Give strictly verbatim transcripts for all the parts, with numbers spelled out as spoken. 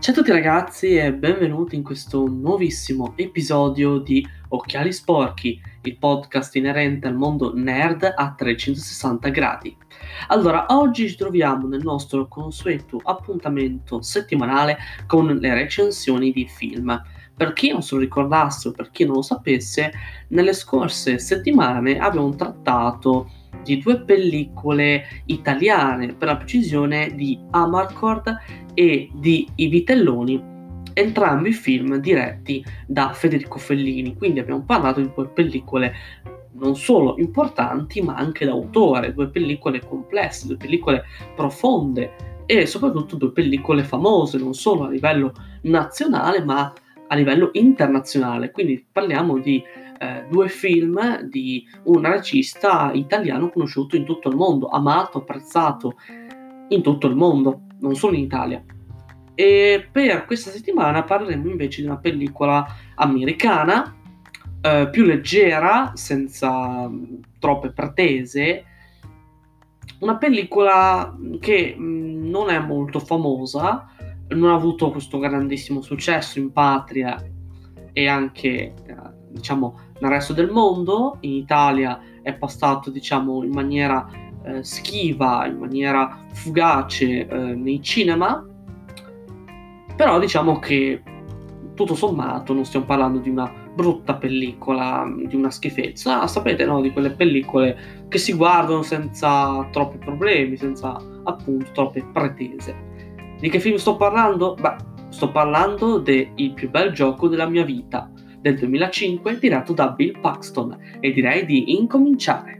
Ciao a tutti ragazzi e benvenuti in questo nuovissimo episodio di Occhiali Sporchi, il podcast inerente al mondo nerd a trecentosessanta gradi. Allora, oggi ci troviamo nel nostro consueto appuntamento settimanale con le recensioni di film. Per chi non se lo ricordasse o per chi non lo sapesse, nelle scorse settimane abbiamo trattato di due pellicole italiane, per la precisione di Amarcord e di I Vitelloni, entrambi film diretti da Federico Fellini. Quindi abbiamo parlato di due pellicole non solo importanti ma anche d'autore, due pellicole complesse, due pellicole profonde e soprattutto due pellicole famose non solo a livello nazionale ma a livello internazionale. Quindi parliamo di eh, due film di un regista italiano conosciuto in tutto il mondo, amato, apprezzato in tutto il mondo, non solo in Italia. E per questa settimana parleremo invece di una pellicola americana, eh, più leggera, senza mh, troppe pretese, una pellicola che mh, non è molto famosa, non ha avuto questo grandissimo successo in patria e anche eh, diciamo nel resto del mondo. In Italia è passato diciamo in maniera eh, schiva, in maniera fugace eh, nei cinema, però diciamo che tutto sommato non stiamo parlando di una brutta pellicola, di una schifezza, sapete, no? Di quelle pellicole che si guardano senza troppi problemi, senza appunto troppe pretese. Di che film sto parlando? Beh, sto parlando de Il più bel gioco della mia vita, del duemilacinque, diretto da Bill Paxton, e direi di incominciare.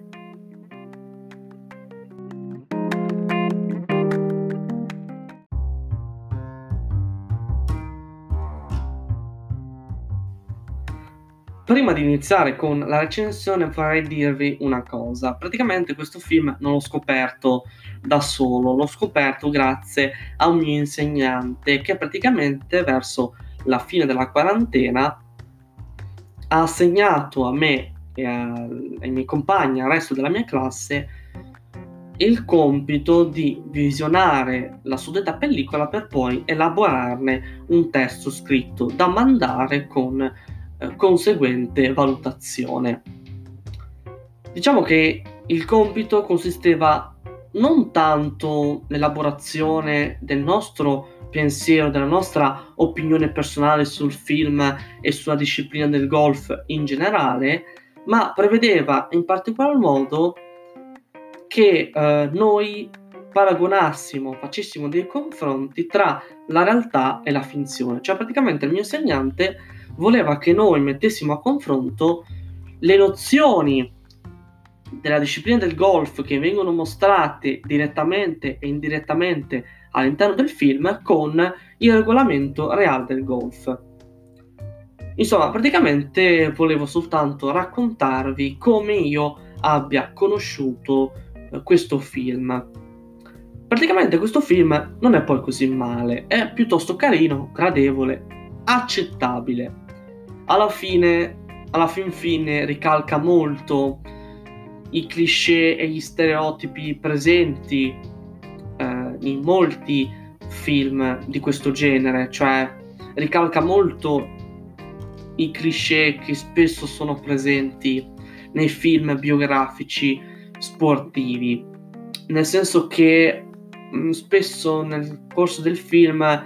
Prima di iniziare con la recensione vorrei dirvi una cosa. Praticamente questo film non l'ho scoperto da solo, l'ho scoperto grazie a un mio insegnante che praticamente verso la fine della quarantena ha assegnato a me e a, ai miei compagni, al resto della mia classe, il compito di visionare la suddetta pellicola per poi elaborarne un testo scritto da mandare con eh, conseguente valutazione. Diciamo che il compito consisteva non tanto nell'elaborazione del nostro pensiero, della nostra opinione personale sul film e sulla disciplina del golf in generale, ma prevedeva in particolar modo che eh, noi paragonassimo, facessimo dei confronti tra la realtà e la finzione. Cioè praticamente il mio insegnante voleva che noi mettessimo a confronto le nozioni della disciplina del golf che vengono mostrate direttamente e indirettamente all'interno del film con il regolamento reale del golf. Insomma, praticamente volevo soltanto raccontarvi come io abbia conosciuto eh, questo film. Praticamente questo film non è poi così male, è piuttosto carino, gradevole, accettabile. Alla fine, alla fin fine ricalca molto i cliché e gli stereotipi presenti eh, in molti film di questo genere, cioè ricalca molto i cliché che spesso sono presenti nei film biografici sportivi, nel senso che mh, spesso nel corso del film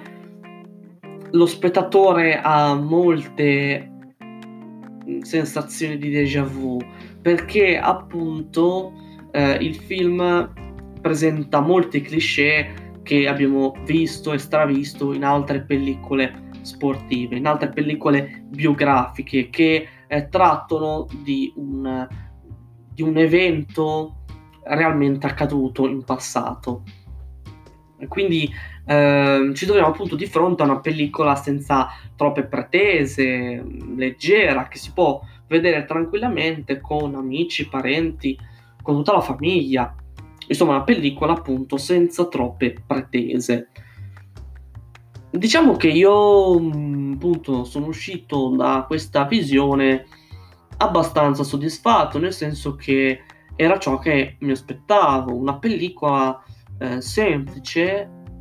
lo spettatore ha molte mh, sensazioni di déjà vu, perché appunto eh, il film presenta molti cliché che abbiamo visto e stravisto in altre pellicole sportive, in altre pellicole biografiche che eh, trattano di un, di un evento realmente accaduto in passato. Quindi eh, ci troviamo appunto di fronte a una pellicola senza troppe pretese, leggera, che si può vedere tranquillamente con amici, parenti, con tutta la famiglia. Insomma, una pellicola appunto senza troppe pretese. Diciamo che io appunto sono uscito da questa visione abbastanza soddisfatto, nel senso che era ciò che mi aspettavo, una pellicola eh, semplice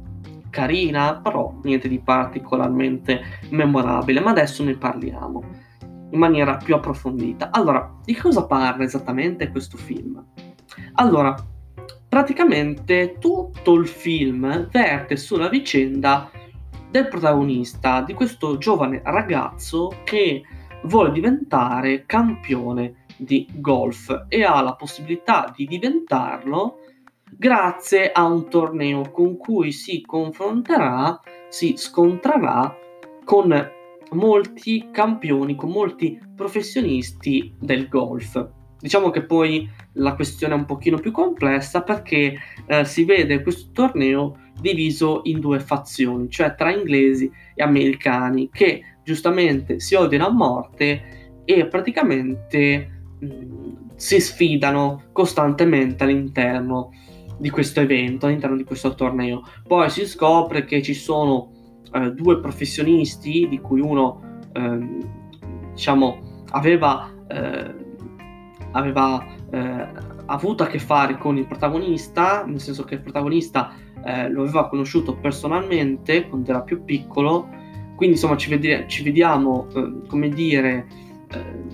carina, però niente di particolarmente memorabile, ma adesso ne parliamo in maniera più approfondita. Allora, di cosa parla esattamente questo film? Allora, praticamente tutto il film verte sulla vicenda del protagonista, di questo giovane ragazzo che vuole diventare campione di golf e ha la possibilità di diventarlo grazie a un torneo con cui si confronterà, si scontrerà con molti campioni, con molti professionisti del golf. Diciamo che poi la questione è un pochino più complessa perché eh, si vede questo torneo diviso in due fazioni, cioè tra inglesi e americani, che giustamente si odiano a morte e praticamente mh, si sfidano costantemente all'interno di questo evento, all'interno di questo torneo. Poi si scopre che ci sono eh, due professionisti, di cui uno ehm, diciamo aveva eh, aveva eh, avuto a che fare con il protagonista, nel senso che il protagonista eh, lo aveva conosciuto personalmente quando era più piccolo, quindi insomma ci, vede- ci vediamo eh, come dire eh,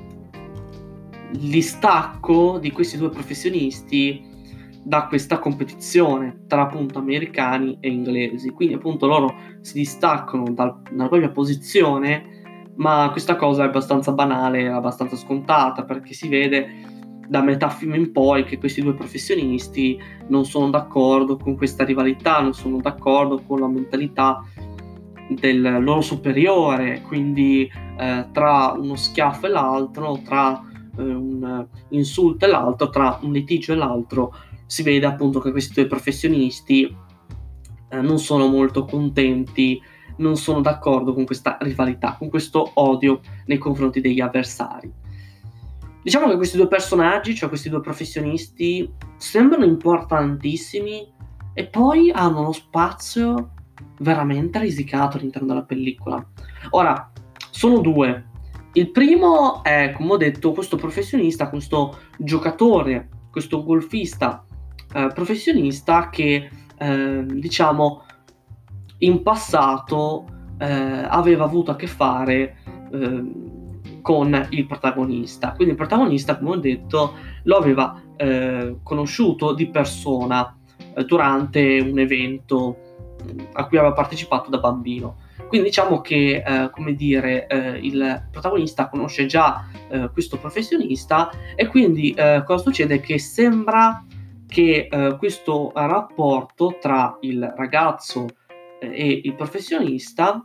l'istacco di questi due professionisti da questa competizione tra appunto americani e inglesi, quindi appunto loro si distaccano dal, dalla propria posizione, ma questa cosa è abbastanza banale, abbastanza scontata, perché si vede da metà film in poi che questi due professionisti non sono d'accordo con questa rivalità, non sono d'accordo con la mentalità del loro superiore, quindi eh, tra uno schiaffo e l'altro, tra eh, un insulto e l'altro, tra un litigio e l'altro, si vede appunto che questi due professionisti eh, non sono molto contenti, non sono d'accordo con questa rivalità, con questo odio nei confronti degli avversari. Diciamo che questi due personaggi, cioè questi due professionisti, sembrano importantissimi e poi hanno uno spazio veramente risicato all'interno della pellicola. Ora, sono due. Il primo è, come ho detto, questo professionista, questo giocatore, questo golfista eh, professionista che, eh, diciamo, in passato eh, aveva avuto a che fare eh, con il protagonista. Quindi il protagonista, come ho detto, lo aveva eh, conosciuto di persona eh, durante un evento a cui aveva partecipato da bambino. Quindi diciamo che, eh, come dire, eh, il protagonista conosce già eh, questo professionista e quindi eh, cosa succede? Che sembra che eh, questo rapporto tra il ragazzo eh, e il professionista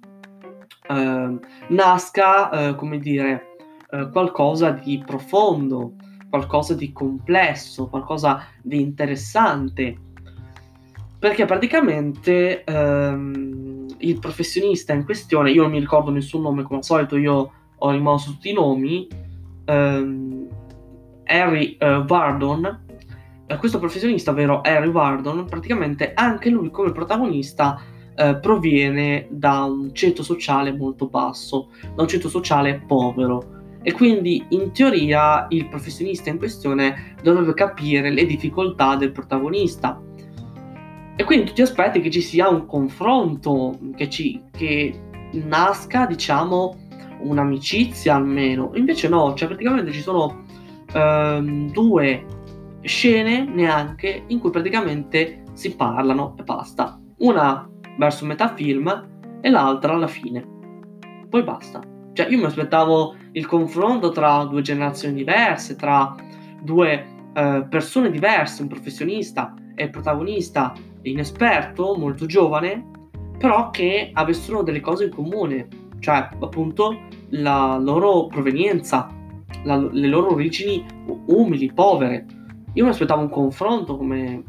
eh, nasca, eh, come dire, eh, qualcosa di profondo, qualcosa di complesso, qualcosa di interessante. Perché praticamente ehm, il professionista in questione, io non mi ricordo nessun nome come al solito, io ho rimosso tutti i nomi, ehm, Harry eh, Vardon, eh, questo professionista, ovvero Harry Vardon, praticamente anche lui come protagonista eh, proviene da un ceto sociale molto basso, da un ceto sociale povero. E quindi in teoria il professionista in questione dovrebbe capire le difficoltà del protagonista. E quindi tu ti aspetti che ci sia un confronto, che, ci, che nasca, diciamo, un'amicizia almeno. Invece no, cioè praticamente ci sono ehm, due scene neanche in cui praticamente si parlano e basta. Una verso metà film e l'altra alla fine. Poi basta. Cioè io mi aspettavo il confronto tra due generazioni diverse, tra due eh, persone diverse, un professionista e il protagonista inesperto, molto giovane, però che avessero delle cose in comune, cioè appunto la loro provenienza, la, le loro origini umili, povere. Io mi aspettavo un confronto come,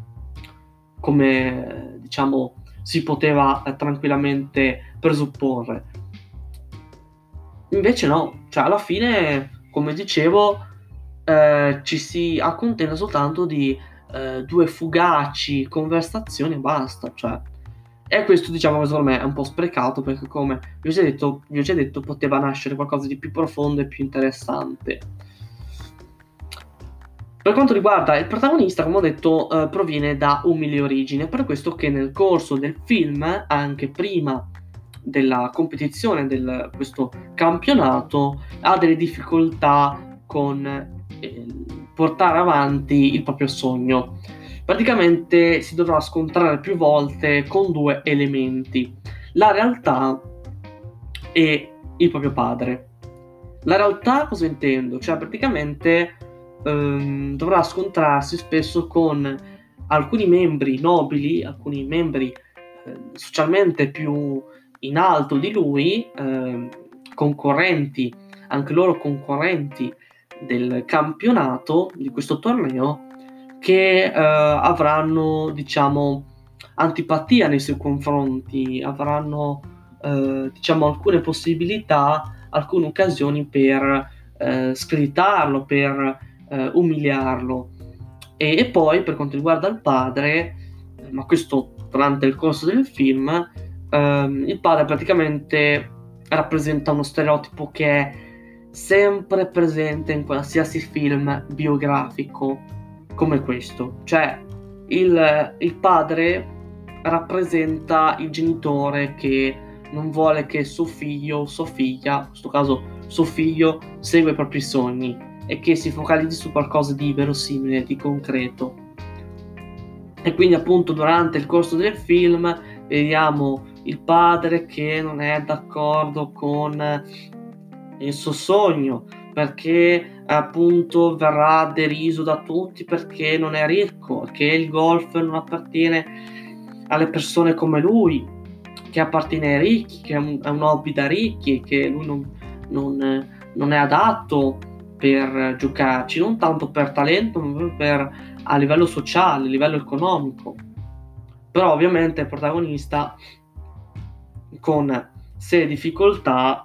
come diciamo si poteva eh, tranquillamente presupporre. Invece no, cioè alla fine, come dicevo, eh, ci si accontenta soltanto di eh, due fugaci conversazioni e basta, cioè. E questo diciamo che secondo me è un po' sprecato perché, come vi ho già detto, vi ho già detto poteva nascere qualcosa di più profondo e più interessante. Per quanto riguarda il protagonista, come ho detto, eh, proviene da umili origini, è per questo che nel corso del film, anche prima della competizione del questo campionato, ha delle difficoltà con eh, portare avanti il proprio sogno. Praticamente si dovrà scontrare più volte con due elementi: la realtà e il proprio padre. La realtà cosa intendo? Cioè praticamente ehm, dovrà scontrarsi spesso con alcuni membri nobili, alcuni membri eh, socialmente più in alto di lui, ehm, concorrenti, anche loro concorrenti del campionato, di questo torneo, che eh, avranno, diciamo, antipatia nei suoi confronti, avranno, eh, diciamo, alcune possibilità, alcune occasioni per eh, screditarlo, per eh, umiliarlo. E, e poi, per quanto riguarda il padre, eh, ma questo durante il corso del film, ehm, il padre praticamente rappresenta uno stereotipo che è sempre presente in qualsiasi film biografico come questo. Cioè, il, il padre rappresenta il genitore che non vuole che suo figlio o sua figlia, in questo caso suo figlio, segua i propri sogni e che si focalizzi su qualcosa di verosimile, di concreto. E quindi appunto durante il corso del film vediamo il padre che non è d'accordo con il suo sogno, perché appunto verrà deriso da tutti perché non è ricco, che il golf non appartiene alle persone come lui, che appartiene ai ricchi, che è un, è un hobby da ricchi, che lui non, non, non è adatto per giocarci, non tanto per talento, ma per, a livello sociale, a livello economico. Però ovviamente il protagonista con serie difficoltà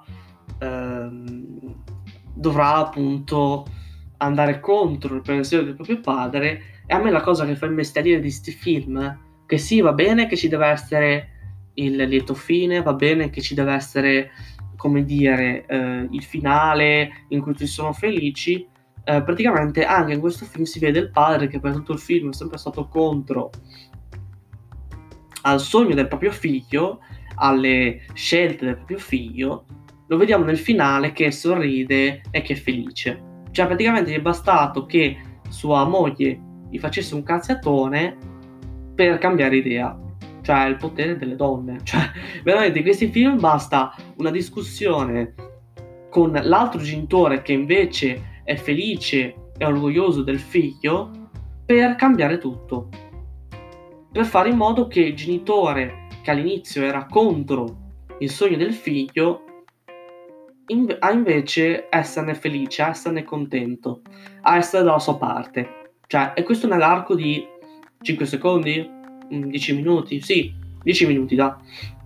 ehm, dovrà appunto andare contro il pensiero del proprio padre. E a me la cosa che fa imbestialire di sti film, che sì, va bene che ci deve essere il lieto fine, va bene che ci deve essere, come dire, eh, il finale in cui tutti sono felici, eh, praticamente anche in questo film si vede il padre che per tutto il film è sempre stato contro al sogno del proprio figlio, alle scelte del proprio figlio. Lo vediamo nel finale che sorride e che è felice. Cioè praticamente gli è bastato che sua moglie gli facesse un cazziatone per cambiare idea. Cioè il potere delle donne. Cioè veramente in questi film basta una discussione con l'altro genitore che invece è felice e orgoglioso del figlio per cambiare tutto, per fare in modo che il genitore che all'inizio era contro il sogno del figlio inv- a invece esserne felice, a esserne contento, a essere dalla sua parte. Cioè, e questo nell'arco di cinque secondi? Mm, dieci minuti? Sì, dieci minuti, da.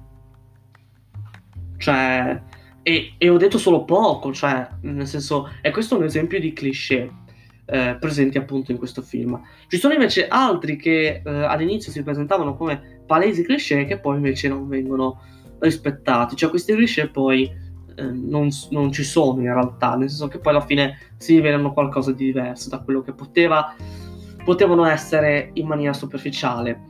Cioè, e, e ho detto solo poco, cioè, nel senso, e questo è un esempio di cliché eh, presenti appunto in questo film. Ci sono invece altri che eh, all'inizio si presentavano come palesi cliché che poi invece non vengono rispettati, cioè questi cliché poi eh, non, non ci sono in realtà, nel senso che poi alla fine si rivelano qualcosa di diverso da quello che poteva, potevano essere in maniera superficiale.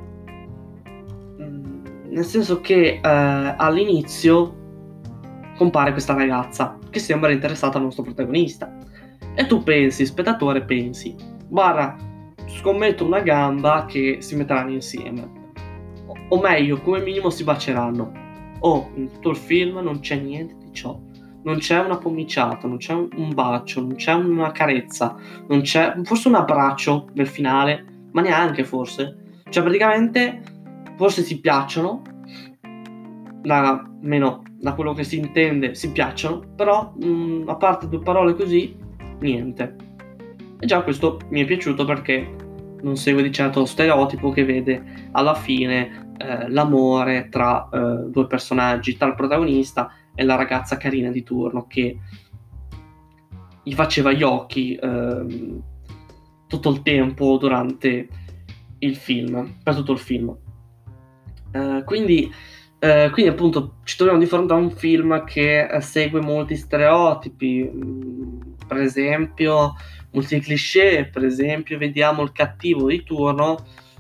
Mm, nel senso che eh, all'inizio compare questa ragazza che sembra interessata al nostro protagonista e tu pensi, spettatore, pensi, guarda, scommetto una gamba che si metteranno insieme, o, o meglio, come minimo si baceranno. Oh, in tutto il film non c'è niente di ciò, non c'è una pomiciata, non c'è un, un bacio, non c'è una carezza, non c'è forse un abbraccio nel finale, ma neanche forse, cioè praticamente forse si piacciono, da, meno da quello che si intende, si piacciono, però mh, a parte due parole così, niente. E già questo mi è piaciuto perché non segue di certo lo stereotipo che vede alla fine eh, l'amore tra eh, due personaggi, tra il protagonista e la ragazza carina di turno che gli faceva gli occhi eh, tutto il tempo durante il film, per tutto il film. Uh, quindi, uh, quindi appunto ci troviamo di fronte a un film che uh, segue molti stereotipi. Mm, per esempio molti cliché. Per esempio vediamo il cattivo di turno,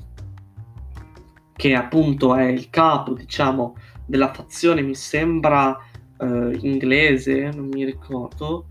che appunto è il capo, diciamo, della fazione, mi sembra eh, inglese, non mi ricordo,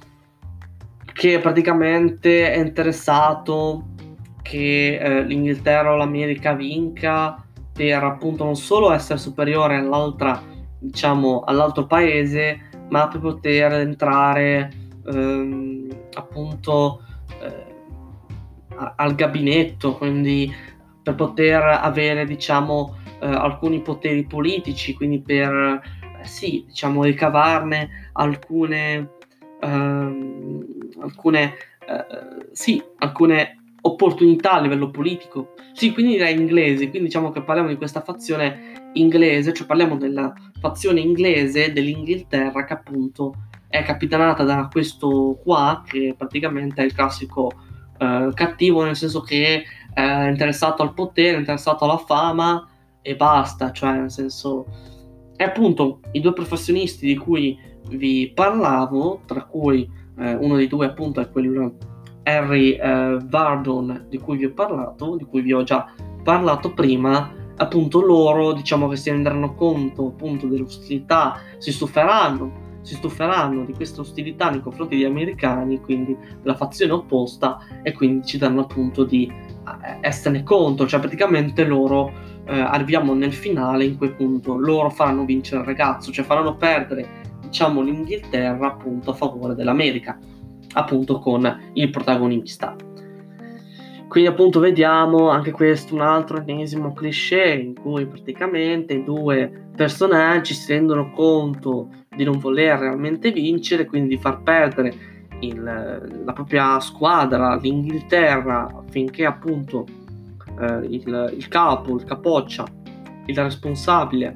che praticamente è interessato che eh, l'Inghilterra o l'America vinca per appunto non solo essere superiore all'altra, diciamo, all'altro paese, ma per poter entrare ehm, appunto eh, a- al gabinetto, quindi per poter avere, diciamo, eh, alcuni poteri politici, quindi per eh, sì, diciamo, ricavarne alcune ehm, alcune eh, sì, alcune opportunità a livello politico. Sì, quindi direi inglesi, quindi diciamo che parliamo di questa fazione inglese, cioè parliamo della fazione inglese dell'Inghilterra che appunto è capitanata da questo qua, che praticamente è il classico eh, cattivo, nel senso che è interessato al potere, è interessato alla fama e basta, cioè nel senso. E appunto i due professionisti di cui vi parlavo, tra cui eh, uno dei due appunto è quello Harry eh, Vardon di cui vi ho parlato, di cui vi ho già parlato prima, appunto loro diciamo che si renderanno conto appunto dell'ostilità, si stuferanno, si stuferanno di questa ostilità nei confronti degli americani, quindi della fazione opposta, e quindi decideranno appunto di eh, esserne conto, cioè praticamente loro eh, arriviamo nel finale in cui appunto loro faranno vincere il ragazzo, cioè faranno perdere diciamo l'Inghilterra appunto a favore dell'America, appunto con il protagonista. Quindi appunto vediamo anche questo un altro ennesimo cliché in cui praticamente i due personaggi si rendono conto di non voler realmente vincere, quindi di far perdere il, la propria squadra, l'Inghilterra, affinché appunto eh, il, il capo, il capoccia, il responsabile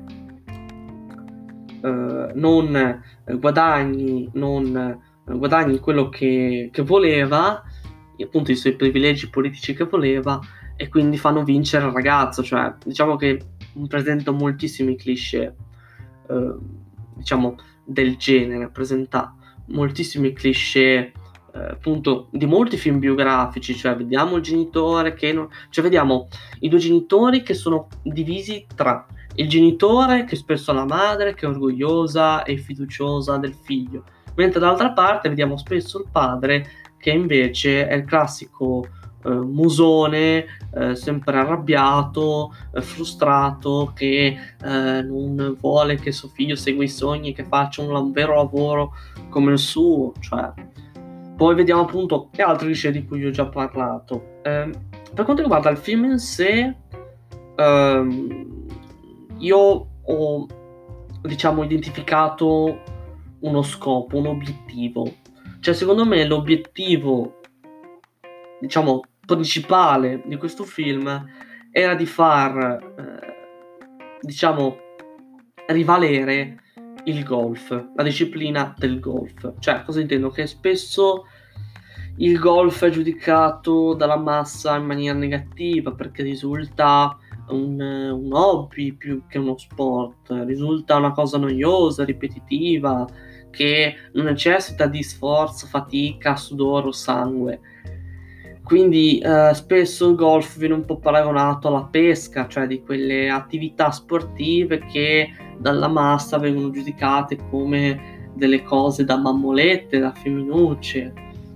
eh, non eh, guadagni, non eh, guadagni quello che, che voleva, appunto i suoi privilegi politici che voleva, e quindi fanno vincere il ragazzo. Cioè diciamo che presenta moltissimi cliché eh, diciamo del genere, presenta moltissimi cliché eh, appunto di molti film biografici, cioè vediamo il genitore che non... cioè vediamo i due genitori che sono divisi tra il genitore che spesso ha la madre che è orgogliosa e fiduciosa del figlio, mentre dall'altra parte vediamo spesso il padre che invece è il classico eh, musone, eh, sempre arrabbiato, eh, frustrato, che eh, non vuole che suo figlio segua i sogni, che faccia un, un vero lavoro come il suo. Cioè, poi vediamo appunto e altri cliché di cui vi ho già parlato. Eh, per quanto riguarda il film in sé, ehm, io ho diciamo identificato uno scopo, un obiettivo. Cioè, secondo me l'obiettivo, diciamo, principale di questo film era di far, eh, diciamo, rivalere il golf, la disciplina del golf. Cioè, cosa intendo? Che spesso il golf è giudicato dalla massa in maniera negativa perché risulta un, un hobby più che uno sport, risulta una cosa noiosa, ripetitiva, che non necessita di sforzo, fatica, sudore o sangue. Quindi eh, spesso il golf viene un po' paragonato alla pesca, cioè di quelle attività sportive che dalla massa vengono giudicate come delle cose da mammolette, da femminucce,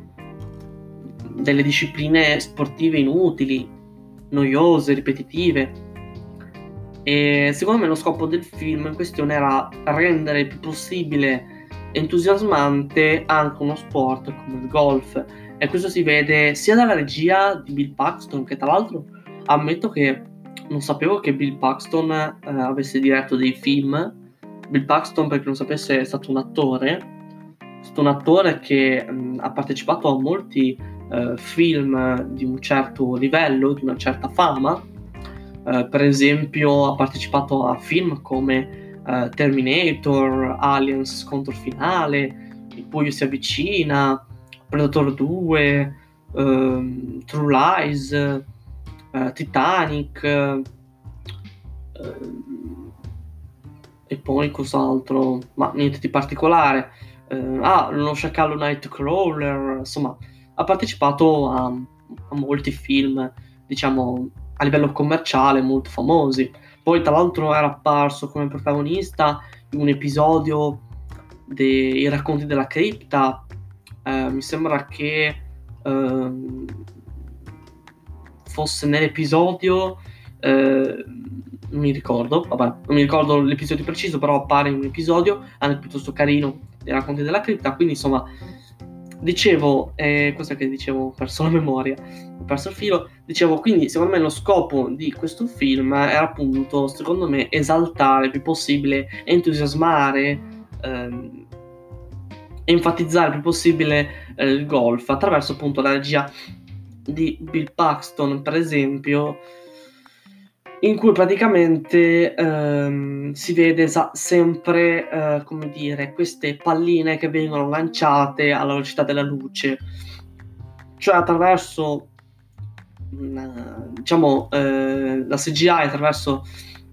delle discipline sportive inutili, noiose, ripetitive. E secondo me lo scopo del film in questione era rendere il più possibile entusiasmante anche uno sport come il golf, e questo si vede sia dalla regia di Bill Paxton, che tra l'altro ammetto che non sapevo che Bill Paxton eh, avesse diretto dei film. Bill Paxton, per chi non sapesse, è stato un attore, è stato un attore che mh, ha partecipato a molti eh, film di un certo livello, di una certa fama. Uh, per esempio ha partecipato a film come uh, Terminator, Aliens Scontro Finale, Il Buio si avvicina, Predator due, uh, True Lies, uh, Titanic, uh, e poi cos'altro? Ma niente di particolare. Uh, ah, lo sciacallo Nightcrawler, insomma, ha ha partecipato a, a molti film, diciamo, a livello commerciale molto famosi. Poi tra l'altro era apparso come protagonista in un episodio dei Racconti della Cripta, eh, mi sembra che ehm, fosse nell'episodio, eh, non mi ricordo, vabbè, non mi ricordo l'episodio preciso, però appare in un episodio anche piuttosto carino dei Racconti della Cripta, quindi insomma, dicevo, eh, cosa che dicevo, ho perso la memoria, ho perso il filo, dicevo, quindi secondo me lo scopo di questo film era appunto, secondo me, esaltare il più possibile, entusiasmare, ehm, enfatizzare il più possibile eh, il golf attraverso appunto la regia di Bill Paxton, per esempio, in cui praticamente ehm, si vede sa- sempre, eh, come dire, queste palline che vengono lanciate alla velocità della luce, cioè attraverso mh, diciamo eh, la C G I, attraverso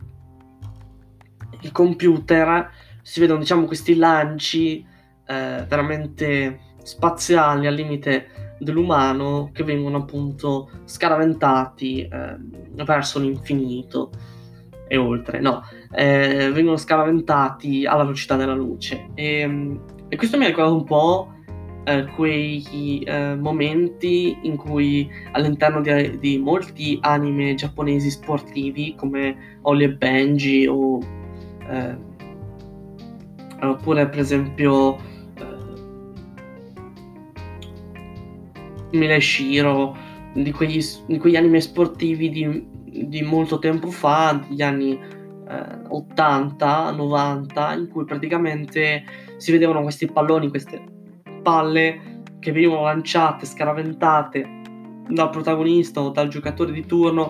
il computer si vedono, diciamo, questi lanci eh, veramente spaziali al limite dell'umano, che vengono appunto scaraventati eh, verso l'infinito e oltre, no, eh, vengono scaraventati alla velocità della luce. E, e questo mi ha ricordato un po' eh, quei eh, momenti in cui all'interno di, di molti anime giapponesi sportivi come Holly e Benji o eh, oppure per esempio Mila e Shiro, di quegli, di quegli anime sportivi di, di molto tempo fa, degli anni eh, ottanta novanta, in cui praticamente si vedevano questi palloni, queste palle che venivano lanciate, scaraventate dal protagonista o dal giocatore di turno,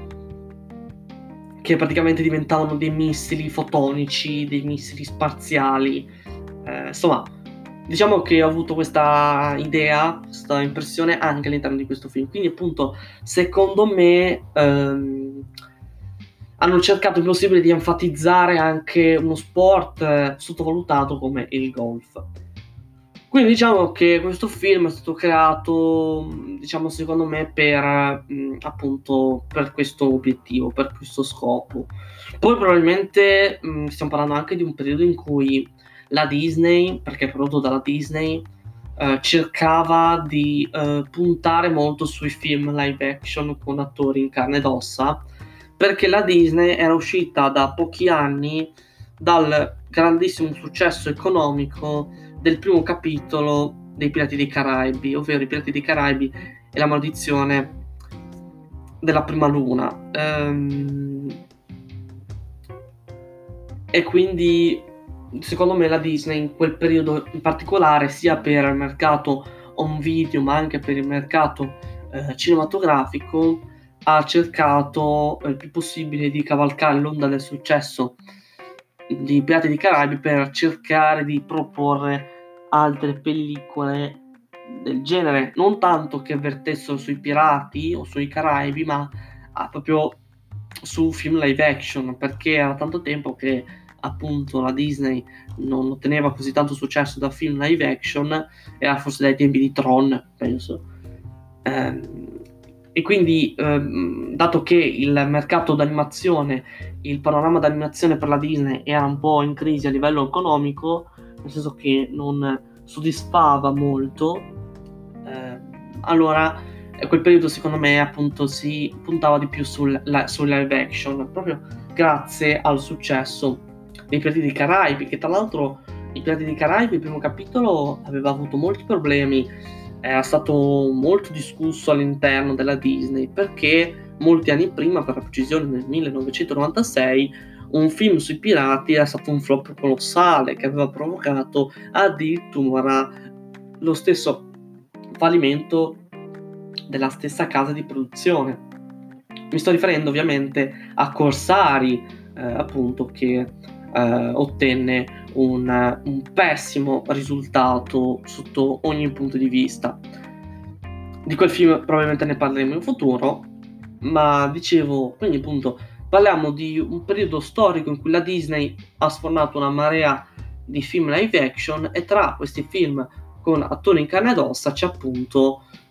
che praticamente diventavano dei missili fotonici, dei missili spaziali. Eh, insomma, diciamo che ho avuto questa idea, questa impressione anche all'interno di questo film. Quindi appunto, secondo me, ehm, hanno cercato il possibile di enfatizzare anche uno sport eh, sottovalutato come il golf. Quindi diciamo che questo film è stato creato, diciamo, secondo me per mh, appunto per questo obiettivo, per questo scopo. Poi probabilmente mh, stiamo parlando anche di un periodo in cui la Disney, perché è prodotto dalla Disney, eh, cercava di eh, puntare molto sui film live action con attori in carne ed ossa, perché la Disney era uscita da pochi anni dal grandissimo successo economico del primo capitolo dei Pirati dei Caraibi, ovvero i Pirati dei Caraibi e la maledizione della prima luna. Ehm, e quindi secondo me la Disney in quel periodo in particolare, sia per il mercato home video ma anche per il mercato eh, cinematografico, ha cercato il più possibile di cavalcare l'onda del successo di Pirati dei Caraibi per cercare di proporre altre pellicole del genere, non tanto che vertessero sui pirati o sui Caraibi, ma ah, proprio su film live action, perché era tanto tempo che appunto la Disney non otteneva così tanto successo da film live action, era forse dai tempi di Tron, penso. Ehm, e quindi, ehm, dato che il mercato d'animazione, il panorama d'animazione per la Disney era un po' in crisi a livello economico, nel senso che non soddisfava molto, eh, allora in quel periodo secondo me appunto si puntava di più sul, la, sul live action, proprio grazie al successo dei Pirati dei Caraibi, che tra l'altro i Pirati dei Caraibi, il primo capitolo, aveva avuto molti problemi, era stato molto discusso all'interno della Disney, perché molti anni prima, per la precisione nel millenovecentonovantasei, un film sui pirati era stato un flop colossale che aveva provocato addirittura lo stesso fallimento della stessa casa di produzione. Mi sto riferendo ovviamente a Corsari, eh, appunto, che eh, ottenne un, un pessimo risultato sotto ogni punto di vista. Di quel film probabilmente ne parleremo in futuro, ma dicevo, quindi appunto parliamo di un periodo storico in cui la Disney ha sfornato una marea di film live action, e tra questi film con attori in carne ed ossa c'è appunto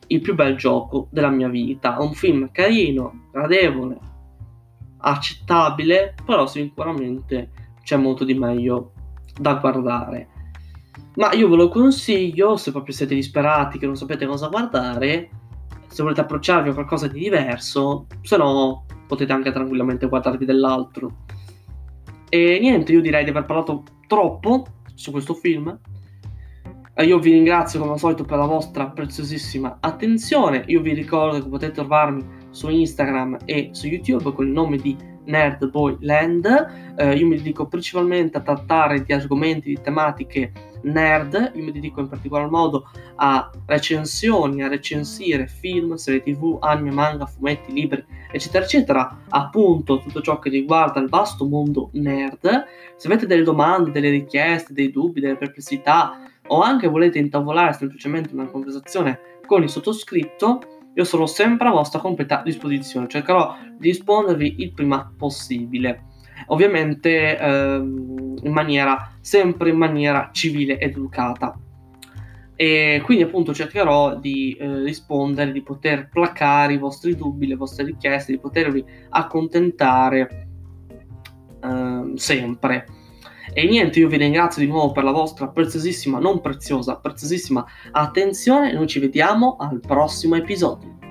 il più bel gioco della mia vita. È un film carino, gradevole, accettabile, però sicuramente c'è molto di meglio da guardare. Ma io ve lo consiglio, se proprio siete disperati, che non sapete cosa guardare, se volete approcciarvi a qualcosa di diverso, se no potete anche tranquillamente guardarvi dell'altro. E niente, io direi di aver parlato troppo su questo film. Io vi ringrazio come al solito per la vostra preziosissima attenzione. Io vi ricordo che potete trovarmi su Instagram e su YouTube con il nome di Nerdboyland. Eh, io mi dedico principalmente a trattare di argomenti, di tematiche nerd. Io mi dedico in particolar modo a recensioni, a recensire film, serie tv, anime, manga, fumetti, libri, eccetera eccetera, appunto tutto ciò che riguarda il vasto mondo nerd. Se avete delle domande, delle richieste, dei dubbi, delle perplessità, o anche volete intavolare semplicemente una conversazione con il sottoscritto, io sono sempre a vostra completa disposizione. Cercherò di rispondervi il prima possibile, ovviamente ehm, in maniera sempre in maniera civile ed educata. E quindi appunto cercherò di eh, rispondere, di poter placare i vostri dubbi, le vostre richieste, di potervi accontentare eh, sempre. E niente, io vi ringrazio di nuovo per la vostra preziosissima, non preziosa, preziosissima attenzione. Noi ci vediamo al prossimo episodio.